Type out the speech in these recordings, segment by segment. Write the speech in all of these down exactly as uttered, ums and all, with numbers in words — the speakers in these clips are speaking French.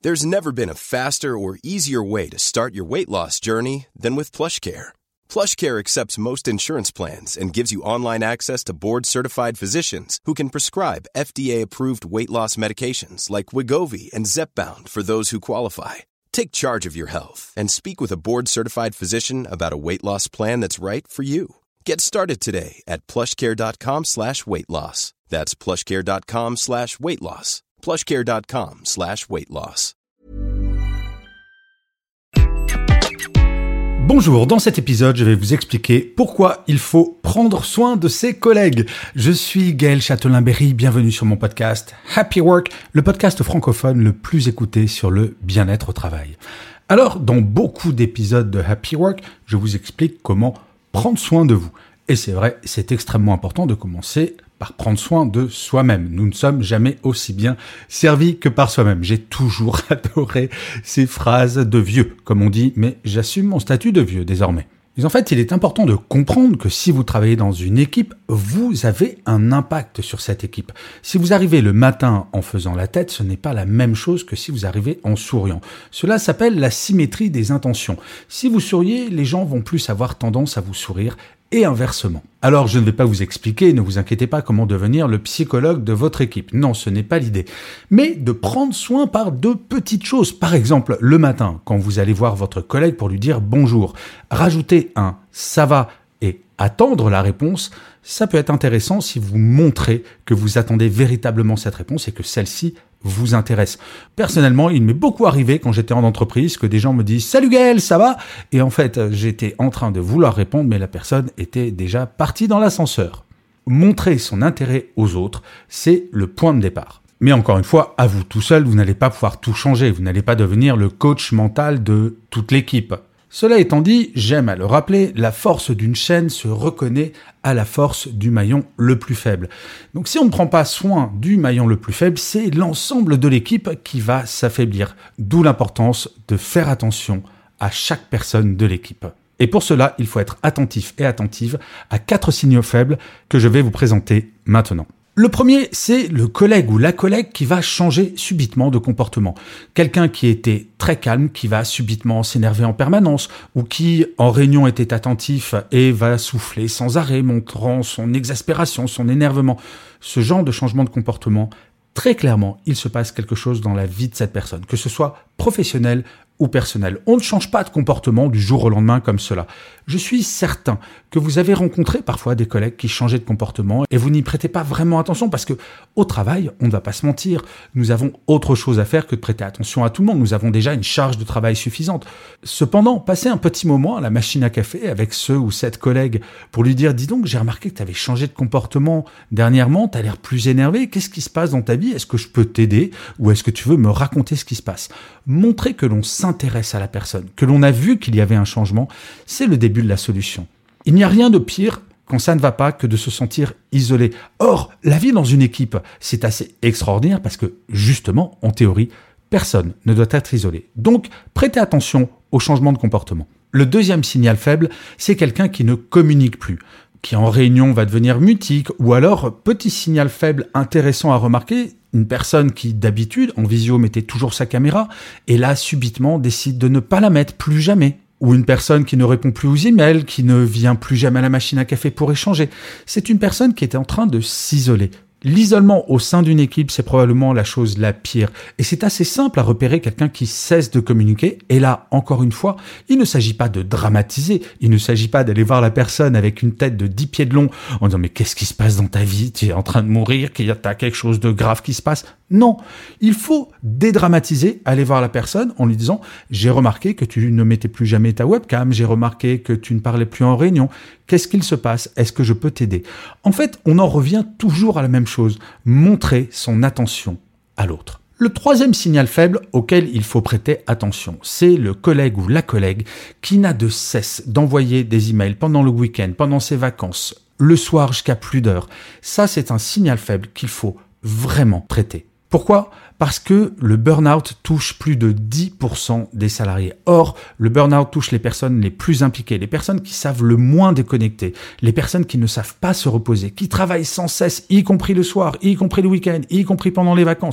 There's never been a faster or easier way to start your weight loss journey than with PlushCare. PlushCare accepts most insurance plans and gives you online access to board-certified physicians who can prescribe F D A-approved weight loss medications like Wegovy and Zepbound for those who qualify. Take charge of your health and speak with a board-certified physician about a weight loss plan that's right for you. Get started today at plushcare.com slash weight loss. That's plushcare.com slash weight loss. plushcare.com slash weight loss. Bonjour, dans cet épisode, je vais vous expliquer pourquoi il faut prendre soin de ses collègues. Je suis Gaël Châtelain-Berry, bienvenue sur mon podcast Happy Work, le podcast francophone le plus écouté sur le bien-être au travail. Alors, dans beaucoup d'épisodes de Happy Work, je vous explique comment prendre soin de vous. Et c'est vrai, c'est extrêmement important de commencer par prendre soin de soi-même. Nous ne sommes jamais aussi bien servis que par soi-même. J'ai toujours adoré ces phrases de vieux, comme on dit, mais j'assume mon statut de vieux désormais. Mais en fait, il est important de comprendre que si vous travaillez dans une équipe, vous avez un impact sur cette équipe. Si vous arrivez le matin en faisant la tête, ce n'est pas la même chose que si vous arrivez en souriant. Cela s'appelle la symétrie des intentions. Si vous souriez, les gens vont plus avoir tendance à vous sourire et inversement. Alors, je ne vais pas vous expliquer, ne vous inquiétez pas, comment devenir le psychologue de votre équipe. Non, ce n'est pas l'idée. Mais de prendre soin par de petites choses. Par exemple, le matin, quand vous allez voir votre collègue pour lui dire bonjour, rajouter un « ça va » et attendre la réponse, ça peut être intéressant si vous montrez que vous attendez véritablement cette réponse et que celle-ci vous intéresse. Personnellement, il m'est beaucoup arrivé quand j'étais en entreprise que des gens me disent « Salut Gaël, ça va ?» Et en fait, j'étais en train de vouloir répondre, mais la personne était déjà partie dans l'ascenseur. Montrer son intérêt aux autres, c'est le point de départ. Mais encore une fois, à vous tout seul, vous n'allez pas pouvoir tout changer. Vous n'allez pas devenir le coach mental de toute l'équipe. Cela étant dit, j'aime à le rappeler, la force d'une chaîne se reconnaît à la force du maillon le plus faible. Donc si on ne prend pas soin du maillon le plus faible, c'est l'ensemble de l'équipe qui va s'affaiblir. D'où l'importance de faire attention à chaque personne de l'équipe. Et pour cela, il faut être attentif et attentive à quatre signaux faibles que je vais vous présenter maintenant. Le premier, c'est le collègue ou la collègue qui va changer subitement de comportement. Quelqu'un qui était très calme, qui va subitement s'énerver en permanence, ou qui, en réunion, était attentif et va souffler sans arrêt, montrant son exaspération, son énervement. Ce genre de changement de comportement, très clairement, il se passe quelque chose dans la vie de cette personne, que ce soit professionnel ou personnel. On ne change pas de comportement du jour au lendemain comme cela. Je suis certain que vous avez rencontré parfois des collègues qui changeaient de comportement et vous n'y prêtez pas vraiment attention parce que au travail, on ne va pas se mentir, nous avons autre chose à faire que de prêter attention à tout le monde. Nous avons déjà une charge de travail suffisante. Cependant, passer un petit moment à la machine à café avec ce ou cette collègue pour lui dire « Dis donc, j'ai remarqué que tu avais changé de comportement dernièrement, tu as l'air plus énervé, qu'est-ce qui se passe dans ta vie? Est-ce que je peux t'aider ou est-ce que tu veux me raconter ce qui se passe ?» Montrer que l'on s'intéresse à la personne, que l'on a vu qu'il y avait un changement, c'est le début de la solution. Il n'y a rien de pire quand ça ne va pas que de se sentir isolé. Or, la vie dans une équipe, c'est assez extraordinaire parce que, justement, en théorie, personne ne doit être isolé. Donc, prêtez attention au changement de comportement. Le deuxième signal faible, c'est quelqu'un qui ne communique plus, qui en réunion va devenir mutique, ou alors, petit signal faible intéressant à remarquer, une personne qui, d'habitude, en visio, mettait toujours sa caméra, et là, subitement, décide de ne pas la mettre plus jamais. Ou une personne qui ne répond plus aux emails, qui ne vient plus jamais à la machine à café pour échanger. C'est une personne qui était en train de s'isoler. L'isolement au sein d'une équipe, c'est probablement la chose la pire. Et c'est assez simple à repérer quelqu'un qui cesse de communiquer. Et là, encore une fois, il ne s'agit pas de dramatiser. Il ne s'agit pas d'aller voir la personne avec une tête de dix pieds de long en disant « Mais qu'est-ce qui se passe dans ta vie? Tu es en train de mourir, qu'il y a quelque chose de grave qui se passe ?» Non, il faut dédramatiser, aller voir la personne en lui disant « J'ai remarqué que tu ne mettais plus jamais ta webcam, j'ai remarqué que tu ne parlais plus en réunion. Qu'est-ce qu'il se passe? Est-ce que je peux t'aider ?» En fait, on en revient toujours à la même chose, montrer son attention à l'autre. Le troisième signal faible auquel il faut prêter attention, c'est le collègue ou la collègue qui n'a de cesse d'envoyer des emails pendant le week-end, pendant ses vacances, le soir jusqu'à plus d'heures. Ça, c'est un signal faible qu'il faut vraiment traiter. Pourquoi ? Parce que le burn-out touche plus de dix pour cent des salariés. Or, le burn-out touche les personnes les plus impliquées, les personnes qui savent le moins déconnecter, les personnes qui ne savent pas se reposer, qui travaillent sans cesse, y compris le soir, y compris le week-end, y compris pendant les vacances.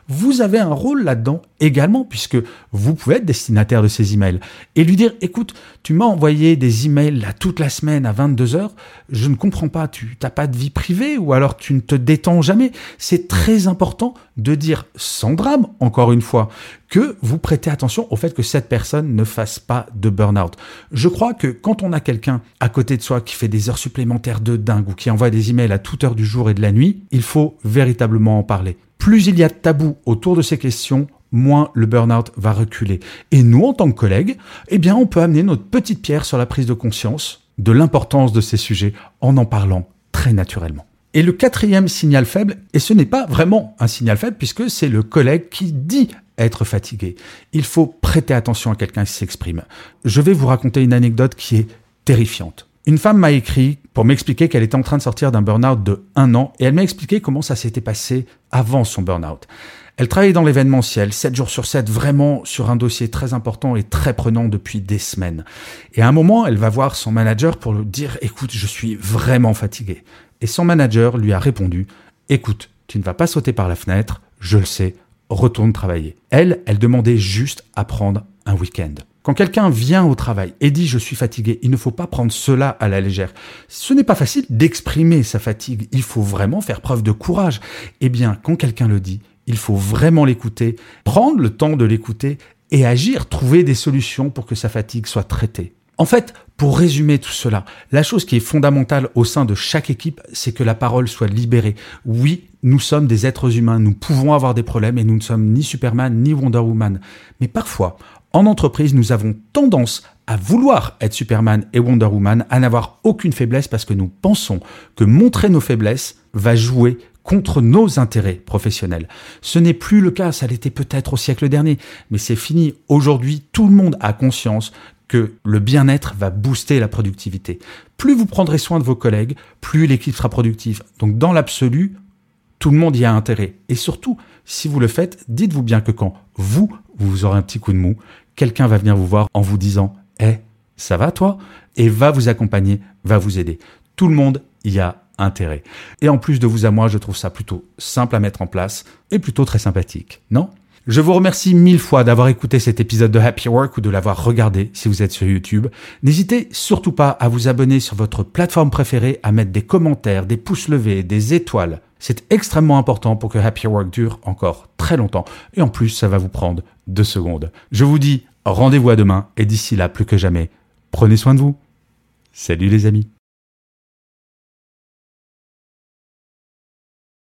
vous avez un rôle là-dedans également, puisque vous pouvez être destinataire de ces emails et lui dire, écoute, tu m'as envoyé des emails là toute la semaine à vingt-deux heures, je ne comprends pas, tu n'as pas de vie privée ou alors tu ne te détends jamais. C'est très important de dire sans drame, encore une fois, que vous prêtez attention au fait que cette personne ne fasse pas de burn-out. Je crois que quand on a quelqu'un à côté de soi qui fait des heures supplémentaires de dingue ou qui envoie des emails à toute heure du jour et de la nuit, il faut véritablement en parler. Plus il y a de tabous autour de ces questions, moins le burn-out va reculer. Et nous, en tant que collègues, eh bien, on peut amener notre petite pierre sur la prise de conscience de l'importance de ces sujets en en parlant très naturellement. Et le quatrième signal faible, et ce n'est pas vraiment un signal faible puisque c'est le collègue qui dit être fatigué. Il faut prêter attention à quelqu'un qui s'exprime. Je vais vous raconter une anecdote qui est terrifiante. Une femme m'a écrit pour m'expliquer qu'elle était en train de sortir d'un burn-out de un an et elle m'a expliqué comment ça s'était passé avant son burn-out. Elle travaillait dans l'événementiel, sept jours sur sept, vraiment sur un dossier très important et très prenant depuis des semaines. Et à un moment, elle va voir son manager pour lui dire « Écoute, je suis vraiment fatiguée ». Et son manager lui a répondu « Écoute, tu ne vas pas sauter par la fenêtre, je le sais, retourne travailler ». Elle, elle demandait juste à prendre un week-end. Quand quelqu'un vient au travail et dit « je suis fatigué », il ne faut pas prendre cela à la légère. Ce n'est pas facile d'exprimer sa fatigue, il faut vraiment faire preuve de courage. Eh bien, quand quelqu'un le dit, il faut vraiment l'écouter, prendre le temps de l'écouter et agir, trouver des solutions pour que sa fatigue soit traitée. En fait, pour résumer tout cela, la chose qui est fondamentale au sein de chaque équipe, c'est que la parole soit libérée. Oui, nous sommes des êtres humains, nous pouvons avoir des problèmes et nous ne sommes ni Superman ni Wonder Woman. Mais parfois, en entreprise, nous avons tendance à vouloir être Superman et Wonder Woman, à n'avoir aucune faiblesse parce que nous pensons que montrer nos faiblesses va jouer contre nos intérêts professionnels. Ce n'est plus le cas, ça l'était peut-être au siècle dernier, mais c'est fini. Aujourd'hui, tout le monde a conscience que le bien-être va booster la productivité. Plus vous prendrez soin de vos collègues, plus l'équipe sera productive. Donc dans l'absolu, tout le monde y a intérêt. Et surtout, si vous le faites, dites-vous bien que quand vous, vous aurez un petit coup de mou, quelqu'un va venir vous voir en vous disant « Eh, ça va toi ?» et va vous accompagner, va vous aider. Tout le monde y a intérêt. Et en plus de vous à moi, je trouve ça plutôt simple à mettre en place et plutôt très sympathique, non ? Je vous remercie mille fois d'avoir écouté cet épisode de Happy Work ou de l'avoir regardé si vous êtes sur YouTube. N'hésitez surtout pas à vous abonner sur votre plateforme préférée, à mettre des commentaires, des pouces levés, des étoiles. C'est extrêmement important pour que Happy Work dure encore très longtemps. Et en plus, ça va vous prendre deux secondes. Je vous dis rendez-vous à demain et d'ici là, plus que jamais, prenez soin de vous. Salut les amis.